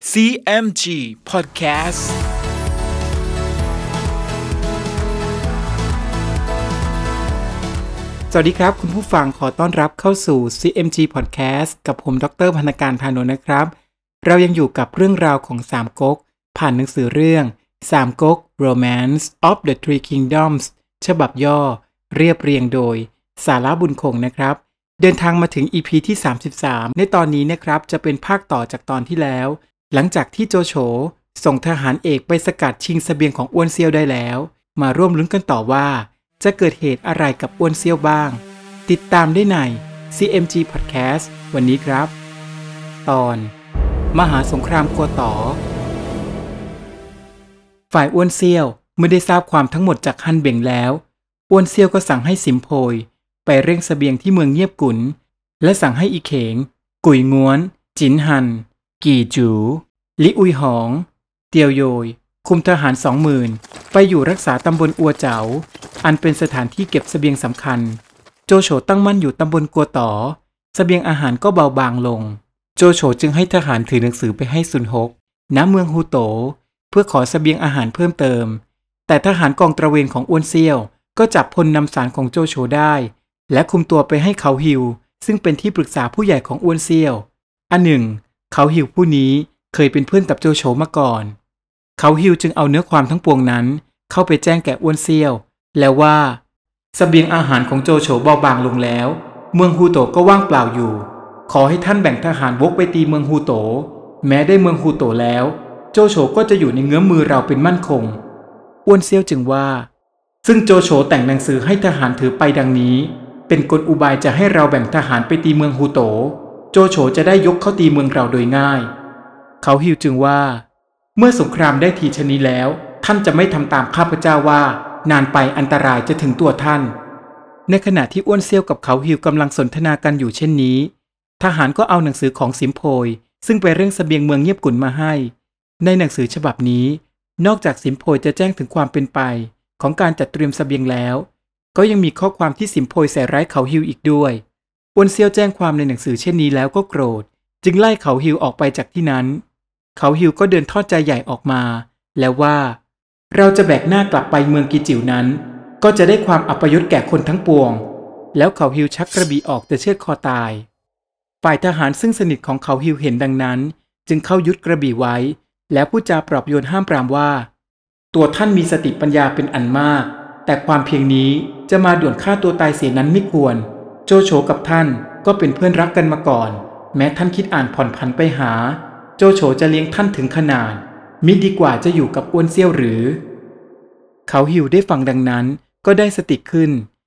CMG Podcast สวัสดีครับคุณผู้ฟังขอต้อนรับเข้าสู่ CMG Podcast กับผมดร.พรรณการ พานนท์นะครับเรายังอยู่กับเรื่องราวของสามก๊กผ่านหนังสือเรื่องสามก๊ก Romance of the Three Kingdoms ฉบับย่อเรียบเรียงโดยสาระบุญคงนะครับเดินทางมาถึง EP ที่ 33 ในตอนนี้นะครับจะเป็นภาคต่อจากตอนที่แล้วหลังจากที่โจโฉส่งทหารเอกไปสกัดชิงเสบียงของอ้วนเซี่ยวได้แล้วมาร่วมลุ้นกันต่อว่าจะเกิดเหตุอะไรกับอ้วนเซี่ยวบ้างติดตามได้ใน CMG Podcast วันนี้ครับตอนมหาสงครามกัวต๋อฝ่ายอ้วนเซี่ยวเมื่อได้ทราบความทั้งหมดจากฮั่นเบ่งแล้วอ้วนเซี่ยวก็สั่งให้สิมโพยไปเร่งเสบียงที่เมืองเงียบกุนและสั่งให้อีเขงกุยง้วนจินฮันกี่จูลิอุยหองเตียวโยยคุมทหาร 20,000 ไปอยู่รักษาตำบลอัวเจ๋าอันเป็นสถานที่เก็บเสบียงสำคัญโจโฉตั้งมั่นอยู่ตำบลกัวต๋อเสบียงอาหารก็เบาบางลงโจโฉจึงให้ทหารถือหนังสือไปให้ซุนฮกณเมืองฮูโตเพื่อขอเสบียงอาหารเพิ่มเติมแต่ทหารกองตระเวนของอ้วนเซี่ยวก็จับพลนำสารของโจโฉได้และคุมตัวไปให้เขาฮิวซึ่งเป็นที่ปรึกษาผู้ใหญ่ของอ้วนเซี่ยวอันหนึ่งเขาฮิวผู้นี้เคยเป็นเพื่อนกับโจโฉมาก่อนเขาฮิวจึงเอาเนื้อความทั้งปวงนั้นเข้าไปแจ้งแก่อ้วนเซี่ยวแล้วว่าเสบียงอาหารของโจโฉเบาบางลงแล้วเมืองฮูโตก็ว่างเปล่าอยู่ขอให้ท่านแบ่งทหารวกไปตีเมืองฮูโตแม้ได้เมืองฮูโตแล้วโจโฉก็จะอยู่ในเงื้อมมือเราเป็นมั่นคงอ้วนเซี่ยวจึงว่าซึ่งโจโฉแต่งหนังสือให้ทหารถือไปดังนี้เป็นกลอุบายจะให้เราแบ่งทหารไปตีเมืองฮูโตโจโฉจะได้ยกเข้าตีเมืองเราโดยง่ายเขาฮิวจึงว่าเมื่อสงครามได้ทีชนี้แล้วท่านจะไม่ทำตามข้าพเจ้าว่านานไปอันตรายจะถึงตัวท่านในขณะที่อ้วนเซี่ยวกับเขาฮิวกำลังสนทนากันอยู่เช่นนี้ทหารก็เอาหนังสือของสิมโพยซึ่งไปเร่งเสบียงเมืองเงียบกุนมาให้ในหนังสือฉบับนี้นอกจากสิมโพยจะแจ้งถึงความเป็นไปของการจัดเตรียมเสบียงแล้วก็ยังมีข้อความที่สิมโพยใส่ร้ายเขาฮิวอีกด้วยอ้วนเซี่ยวแจ้งความในหนังสือเช่นนี้แล้วก็โกรธจึงไล่เขาฮิวออกไปจากที่นั้นเขาฮิวก็เดินทอดใจใหญ่ออกมาแล้วว่าเราจะแบกหน้ากลับไปเมืองกีจิ๋วนั้นก็จะได้ความอัปยศแก่คนทั้งปวงแล้วเขาฮิวชักกระบี่ออกจะเชือดคอตายฝ่ายทหารซึ่งสนิทของเขาฮิวเห็นดังนั้นจึงเข้ายึดกระบี่ไว้แล้วพูดจาปลอบโยนห้ามปรามว่าตัวท่านมีสติปัญญาเป็นอันมากแต่ความเพียงนี้จะมาด่วนฆ่าตัวตายเสียนั้นไม่ควรโจโฉกับท่านก็เป็นเพื่อนรักกันมาก่อนแม้ท่านคิดอ่านผ่อนผันไปหาโจโฉจะเลี้ยงท่านถึงขนาดมิดีกว่าจะอยู่กับอ้วนเซี่ยวหรือเขาฮิวได้ฟังดังนั้นก็ได้สติขึ้น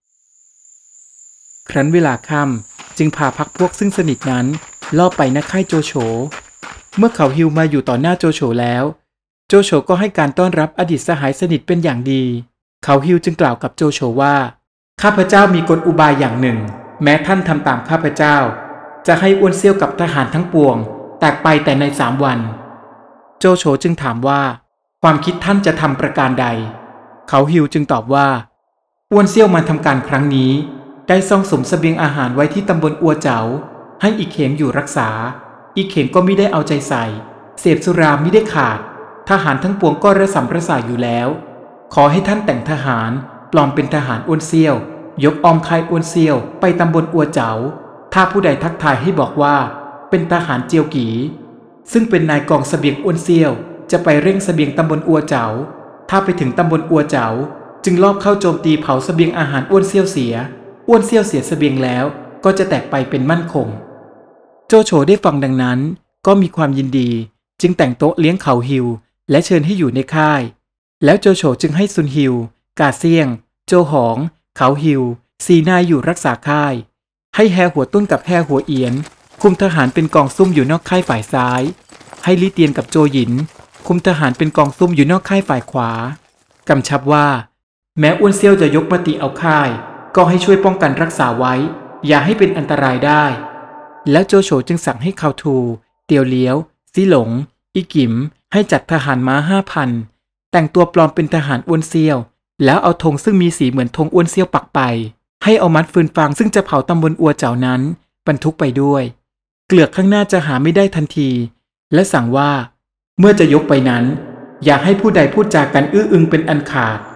ครั้นเวลาค่ำจึงพาพรรคพวกซึ่งสนิทนั้นล่อไปณค่ายโจโฉเมื่อเขาฮิวมาอยู่ต่อหน้าโจโฉแล้วโจโฉก็ให้การต้อนรับอดีตสหายสนิทเป็นอย่างดีเขาฮิวจึงกล่าวกับโจโฉว่าข้าพเจ้ามีกลอุบายอย่างหนึ่งแม้ท่านทำตามข้าพเจ้าจะให้อ้วนเซี่ยวกับทหารทั้งปวงแตกไปแต่ใน3 วันโจโฉจึงถามว่าความคิดท่านจะทำประการใดเขาฮิวจึงตอบว่าอ้วนเซี่ยวมาทำการครั้งนี้ได้ซ่องสุมเสบียงอาหารไว้ที่ตำบลอัวเจ๋าให้อีเขงอยู่รักษาอีเขงก็มิได้เอาใจใส่เสพสุรามิได้ขาดทหารทั้งปวงก็ระสำระสายอยู่แล้วขอให้ท่านแต่งทหารปลอมเป็นทหารอ้วนเซี่ยวยกอ้อมค่ายอ้วนเซี่ยวไปตำบลอัวเจ๋าถ้าผู้ใดทักทายให้บอกว่าเป็นทหารเจียวกีซึ่งเป็นนายกองเสบียงอ้วนเซี่ยวจะไปเร่งเสบียงตำบลอัวเจ๋าถ้าไปถึงตำบลอัวเจ๋าจึงลอบเข้าโจมตีเผาเสบียงอาหารอ้วนเซี่ยวเสียอ้วนเซี่ยวเสียเสบียงแล้วก็จะแตกไปเป็นมั่นคงโจโฉได้ฟังดังนั้นก็มีความยินดีจึงแต่งโต๊ะเลี้ยงเขาฮิวและเชิญให้อยู่ในค่ายแล้วโจโฉจึงให้ซุนฮิวกาเซียงโจหองเขาฮิว4 นายอยู่รักษาค่ายให้แฮหัวตุ้นกับแฮหัวเอียนคุมทหารเป็นกองซุ่มอยู่นอกค่ายฝ่ายซ้ายให้ลิเตียนกับโจหยินคุมทหารเป็นกองซุ่มอยู่นอกค่ายฝ่ายขวากำชับว่าแม้อ้วนเซี่ยวจะยกมาตีเอาค่ายก็ให้ช่วยป้องกันรักษาไว้อย่าให้เป็นอันตรายได้แล้วโจโฉจึงสั่งให้เขาทูเตียวเลี้ยวซิหลงอีกิมให้จัดทหารม้า 5,000 แต่งตัวปลอมเป็นทหารอ้วนเซี่ยวแล้วเอาธงซึ่งมีสีเหมือนธงอ้วนเซี่ยวปักไปให้เอามัดฟืนฟางซึ่งจะเผาตำบลอัวเจ๋านั้นบรรทุกไปด้วยเกลือกข้างหน้าจะหาไม่ได้ทันทีและสั่งว่าเมื่อจะยกไปนั้นอย่าให้ผู้ใดพูดจากันอื้ออึงเป็นอันขาด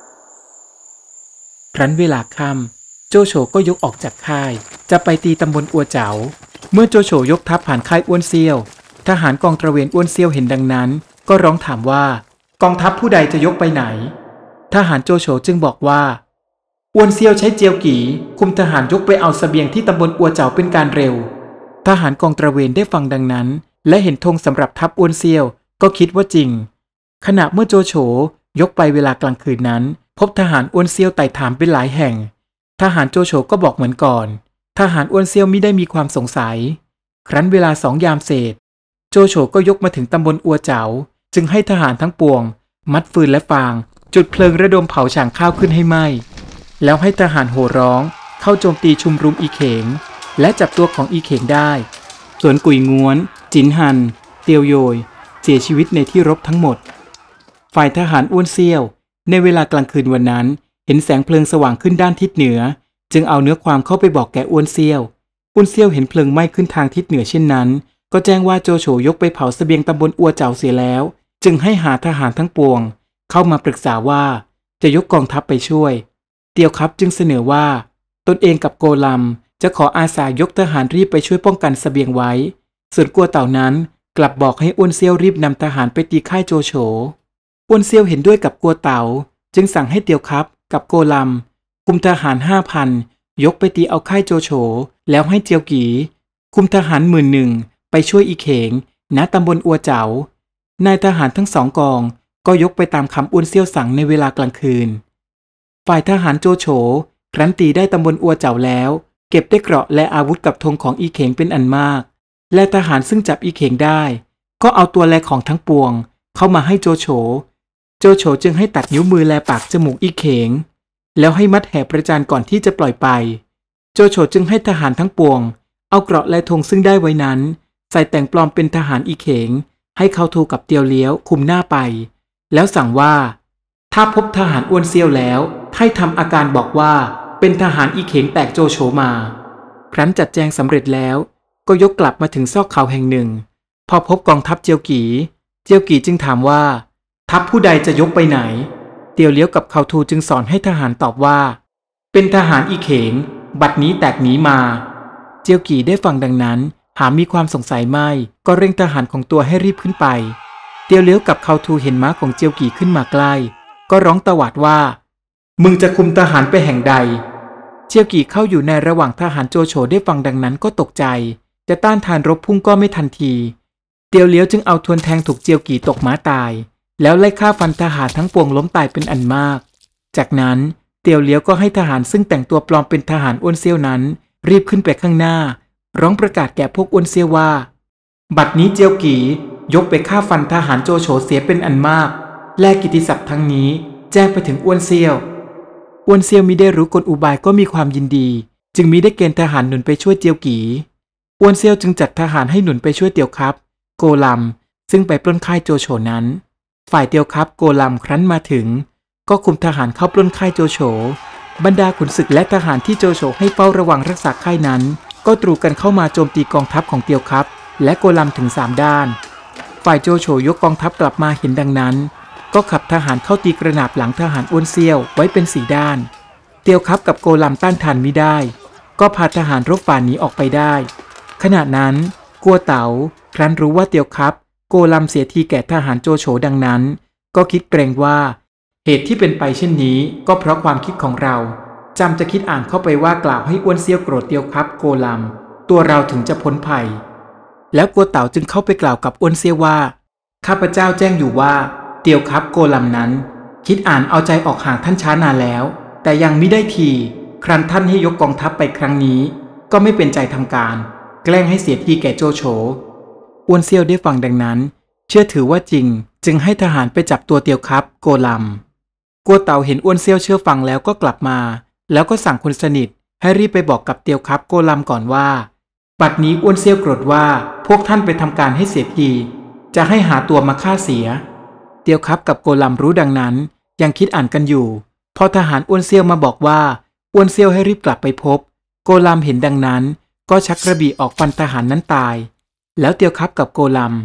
ครั้นเวลาค่ำโจโฉก็ยกออกจากค่ายจะไปตีตำบลอัวเจ๋าเมื่อโจโฉยกทัพผ่านค่ายอ้วนเซี่ยวทหารกองตระเวนอ้วนเซี่ยวเห็นดังนั้นก็ร้องถามว่ากองทัพผู้ใดจะยกไปไหนทหารโจโฉจึงบอกว่าอ้วนเซี่ยวใช้เจียวกี่คุมทหารยกไปเอาเสบียงที่ตำบลอัวเจ๋าเป็นการเร็วทหารกองตระเวนได้ฟังดังนั้นและเห็นธงสำหรับทัพอ้วนเซี่ยวก็คิดว่าจริงขณะเมื่อโจโฉยกไปเวลากลางคืนนั้นพบทหารอ้วนเซี่ยวไต่ถามเป็นหลายแห่งทหารโจโฉก็บอกเหมือนก่อนทหารอ้วนเซี่ยวมิได้มีความสงสัยครั้นเวลา2 ยามเศษโจโฉก็ยกมาถึงตำบลอัวเจ๋าจึงให้ทหารทั้งปวงมัดฟืนและฟางจุดเพลิงระดมเผาฉางข้าวขึ้นให้ไหม้แล้วให้ทหารโห่ร้องเข้าโจมตีชุมรุมอีเขงและจับตัวของอีเขงได้ส่วนกุยง้วนจินฮันเตียวโยยเสียชีวิตในที่รบทั้งหมดฝ่ายทหารอ้วนเซี่ยวในเวลากลางคืนวันนั้นเห็นแสงเพลิงสว่างขึ้นด้านทิศเหนือจึงเอาเนื้อความเข้าไปบอกแก่อ้วนเซี่ยวเห็นเพลิงไหม้ขึ้นทางทิศเหนือเช่นนั้นก็แจ้งว่าโจโฉยกไปเผาเสบียงตำบลอัวเจ๋าเสียแล้วจึงให้หาทหารทั้งปวงเข้ามาปรึกษาว่าจะยกกองทัพไปช่วยเตียวครับจึงเสนอว่าตนเองกับโกลัมจะขออาสายกทหารรีบไปช่วยป้องกันเสบียงไว้ส่วนกัวเต่านั้นกลับบอกให้อ้วนเซี่ยวรีบนำทหารไปตีค่ายโจโฉอ้วนเซี่ยวเห็นด้วยกับกัวเต่าจึงสั่งให้เตียวครับกับโกลัมคุมทหาร 5,000 ยกไปตีเอาค่ายโจโฉแล้วให้เจียวกีคุมทหาร11,000ไปช่วยอีเขงณตำบลอัวเจ๋านายทหารทั้ง2 กองก็ยกไปตามคำอ้วนเซี่ยวสั่งในเวลากลางคืนฝ่ายทหารโจโฉครั้นตีได้ตำบลอัวเจ๋าแล้วเก็บได้เกราะและอาวุธกับธงของอีเขงเป็นอันมากและทหารซึ่งจับอีเขงได้ก็เอาตัวแลของทั้งปวงเข้ามาให้โจโฉจึงให้ตัดนิ้วมือแลปากจมูกอีเขงแล้วให้มัดแห่ประจานก่อนที่จะปล่อยไปโจโฉจึงให้ทหารทั้งปวงเอาเกราะและธงซึ่งได้ไว้นั้นใส่แต่งปลอมเป็นทหารอีเขงให้เขาทูกับเตียวเลี้ยวคุมหน้าไปแล้วสั่งว่าถ้าพบทหารอ้วนเซี่ยวแล้วให้ทำอาการบอกว่าเป็นทหารอีเขงแตกโจโฉมาครั้นจัดแจงสำเร็จแล้วก็ยกกลับมาถึงซอกเขาแห่งหนึ่งพอพบกองทัพเจียวกีจึงถามว่าทัพผู้ใดจะยกไปไหนเตียวเลี้ยวกับเขาทูจึงสอนให้ทหารตอบว่าเป็นทหารอีเขงบัดนี้แตกหนีมาเจียวกีได้ฟังดังนั้นหามีความสงสัยไม่ก็เร่งทหารของตัวให้รีบขึ้นไปเตียวเลี้ยวกับเขาทูเห็นม้าของเจียวกีขึ้นมาใกล้ก็ร้องตวาดว่ามึงจะคุมทหารไปแห่งใดเจียวกีเข้าอยู่ในระหว่างทหารโจโฉได้ฟังดังนั้นก็ตกใจจะต้านทานรบพุ่งก็ไม่ทันทีเตียวเลี้ยวจึงเอาทวนแทงถูกเจียวกีตกม้าตายแล้วไล่ฆ่าฟันทหารทั้งปวงล้มตายเป็นอันมากจากนั้นเตียวเลี้ยวก็ให้ทหารซึ่งแต่งตัวปลอมเป็นทหารอ้วนเซี่ยวนั้นรีบขึ้นไปข้างหน้าร้องประกาศแก่พวกอ้วนเซี่ยวว่าบัดนี้เจียวกียกไปฆ่าฟันทหารโจโฉเสียเป็นอันมากแลกกิตติศัพท์ทั้งนี้แจ้งไปถึงอ้วนเซี่ยวมิได้รู้กลอุบายก็มีความยินดีจึงมิได้เกณฑ์ทหารหนุนไปช่วยเจียวกีอ้วนเซี่ยวจึงจัดทหารให้หนุนไปช่วยเตียวครับโกลัมซึ่งไปปล้นค่ายโจโฉนั้นฝ่ายเตียวครับโกลัมครั้นมาถึงก็คุมทหารเข้าปล้นค่ายโจโฉบรรดาขุนศึกและทหารที่โจโฉให้เฝ้าระวังรักษาค่ายนั้นก็ตรูกันเข้ามาโจมตีกองทัพของเตียวครับและโกลัมถึง3 ด้านฝ่ายโจโฉยกกองทัพกลับมาเห็นดังนั้นก็ขับทหารเข้าตีกระหนาบหลังทหารอ้วนเซี่ยวไว้เป็น4 ด้านเตียวครับกับโกลัมต้านทานมิได้ก็พาทหารรบฝ่าหนีออกไปได้ขณะนั้นกัวเต๋าครั้นรู้ว่าเตียวครับโกลัมเสียทีแก่ทหารโจโฉดังนั้นก็คิดเกรงว่าเหตุที่เป็นไปเช่นนี้ก็เพราะความคิดของเราจำจะคิดอ่านเข้าไปว่ากล่าวให้อ้วนเซี่ยวโกรธเตียวครับโกลัมตัวเราถึงจะพ้นภัยแล้วกัวเต๋าจึงเข้าไปกล่าวกับอ้วนเซี่ยวว่าข้าพเจ้าแจ้งอยู่ว่าเตียวครับโกลัมนั้นคิดอ่านเอาใจออกห่างท่านช้านานแล้วแต่ยังมิได้ทีครั้นท่านให้ยกกองทัพไปครั้งนี้ก็ไม่เป็นใจทำการแกล้งให้เสียทีแก่โจโฉอ้วนเซี่ยวได้ฟังดังนั้นเชื่อถือว่าจริงจึงให้ทหารไปจับตัวเตียวครับโกลัมกัวเต๋าเห็นอ้วนเซี่ยวเชื่อฟังแล้วก็กลับมาแล้วก็สั่งคนสนิทให้รีบไปบอกกับเตียวครับโกลัมก่อนว่าบัดนี้อ้วนเซี่ยวโกรธว่าพวกท่านไปทำการให้เสียทีจะให้หาตัวมาฆ่าเสียเตียวครับกับโกลัมรู้ดังนั้นยังคิดอ่านกันอยู่พอทหารอ้วนเซี่ยวมาบอกว่าอ้วนเซี่ยวให้รีบกลับไปพบโกลัมเห็นดังนั้นก็ชักกระบี่ออกฟันทหารนั้นตายแล้วเตียวครับกับโกลัม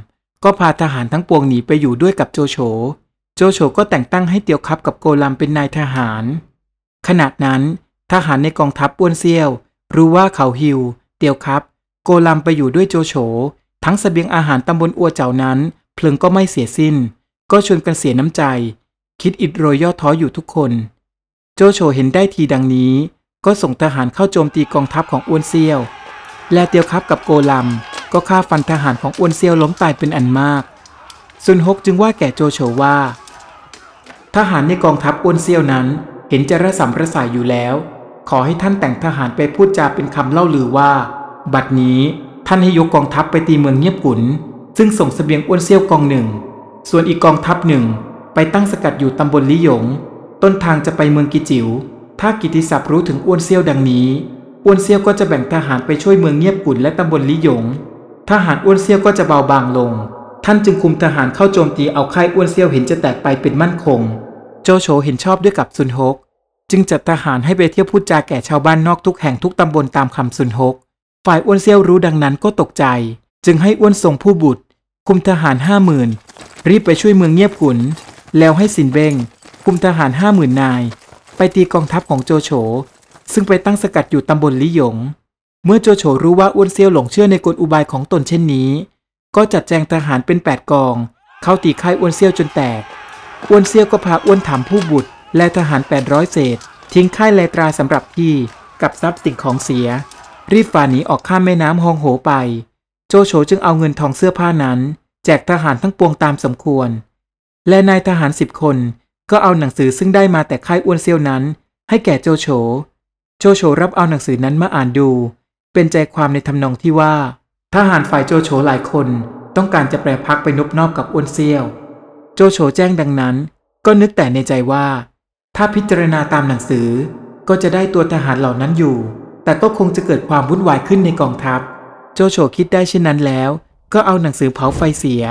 ก็พาทหารทั้งปวงหนีไปอยู่ด้วยกับโจโฉก็แต่งตั้งให้เตียวคับกับโกลัมเป็นนายทหารขณะนั้นทหารในกองทัพอ้วนเซี่ยวรู้ว่าเขาฮิวเตียวคับโกลัมไปอยู่ด้วยโจโฉทั้งเสบียงอาหารตำบลอัวเจ๋านั้นเพลิงก็ไม่เสียสิ้นก็ชวนกันเสียน้ำใจคิดอิดโรยย่อท้ออยู่ทุกคนโจโฉเห็นได้ทีดังนี้ก็ส่งทหารเข้าโจมตีกองทัพของอ้วนเซี่ยวและเตียวคับกับโกลัมก็ฆ่าฟันทหารของอ้วนเซี่ยวล้มตายเป็นอันมากซุนฮกจึงว่าแก่โจโฉว่าทหารในกองทัพอ้วนเซี่ยวนั้นเห็นจะระสำระสายอยู่แล้วขอให้ท่านแต่งทหารไปพูดจาเป็นคำเล่าลือว่าบัดนี้ท่านให้ยกกองทัพไปตีเมืองเงียบกุนซึ่งส่งเสบียงอ้วนเซี่ยวกองหนึ่งส่วนอีกกองทัพหนึ่งไปตั้งสกัดอยู่ตำบลลี่หยงต้นทางจะไปเมืองกิจิ๋วถ้ากิติศัพท์รู้ถึงอ้วนเซี่ยวดังนี้อ้วนเซี่ยวก็จะแบ่งทหารไปช่วยเมืองเงียบกุนและตำบลลี่หยงทหารอ้วนเซี่ยวก็จะเบาบางลงท่านจึงคุมทหารเข้าโจมตีเอาค่ายอ้วนเซี่ยวเห็นจะแตกไปเป็นมั่นคงโจโฉเห็นชอบด้วยกับซุนฮกจึงจัดทหารให้ไปเที่ยวพูดจาแก่ชาวบ้านนอกทุกแห่งทุกตำบลตามคำซุนฮกฝ่ายอ้วนเซี่ยวรู้ดังนั้นก็ตกใจจึงให้อ้วนทรงผู้บุตรคุมทหาร 50,000 รีบไปช่วยเมืองเงียบขุนแล้วให้สินเบงคุมทหาร 50,000 นายไปตีกองทัพของโจโฉซึ่งไปตั้งสกัดอยู่ตำบลลี่หยงเมื่อโจโฉรู้ว่าอ้วนเซี่ยวหลงเชื่อในกลอุบายของตนเช่นนี้ก็จัดแจงทหารเป็น8กองเข้าตีค่ายอ้วนเซี่ยวจนแตกอ้วนเซี่ยวก็พาอ้วนถามผู้บุตรและทหาร800เศษทิ้งค่ายแลตราสำหรับที่กับทรัพย์สิ่งของเสียรีบฝ่าหนีออกข้ามแม่น้ำฮองโหไปโจโฉจึงเอาเงินทองเสื้อผ้านั้นแจกทหารทั้งปวงตามสมควรและนายทหาร10 คนก็เอาหนังสือซึ่งได้มาแต่ค่ายอ้วนเซี่ยวนั้นให้แก่โจโฉรับเอาหนังสือนั้นมาอ่านดูเป็นใจความในทำนองที่ว่าทหารฝ่ายโจโฉหลายคนต้องการจะแปรพักไปนบนอบกับอ้วนเซี่ยวโจโฉแจ้งดังนั้นก็นึกแต่ในใจว่าถ้าพิจารณาตามหนังสือก็จะได้ตัวทหารเหล่านั้นอยู่แต่ก็คงจะเกิดความวุ่นวายขึ้นในกองทัพโจโฉคิดได้เช่นนั้นแล้วก็เอาหนังสือเผาไฟเสีย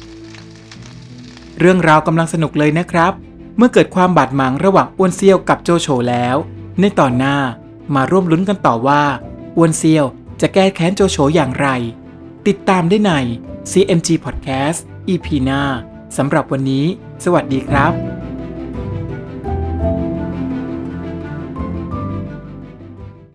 เรื่องราวกำลังสนุกเลยนะครับเมื่อเกิดความบาดหมางระหว่างอ้วนเซี่ยวกับโจโฉแล้วในตอนหน้ามาร่วมลุ้นกันต่อว่าอ้วนเซี่ยวจะแก้แค้นโจโฉอย่างไรติดตามได้ใน CMG Podcast EP หน้าสำหรับวันนี้สวัสดีครับ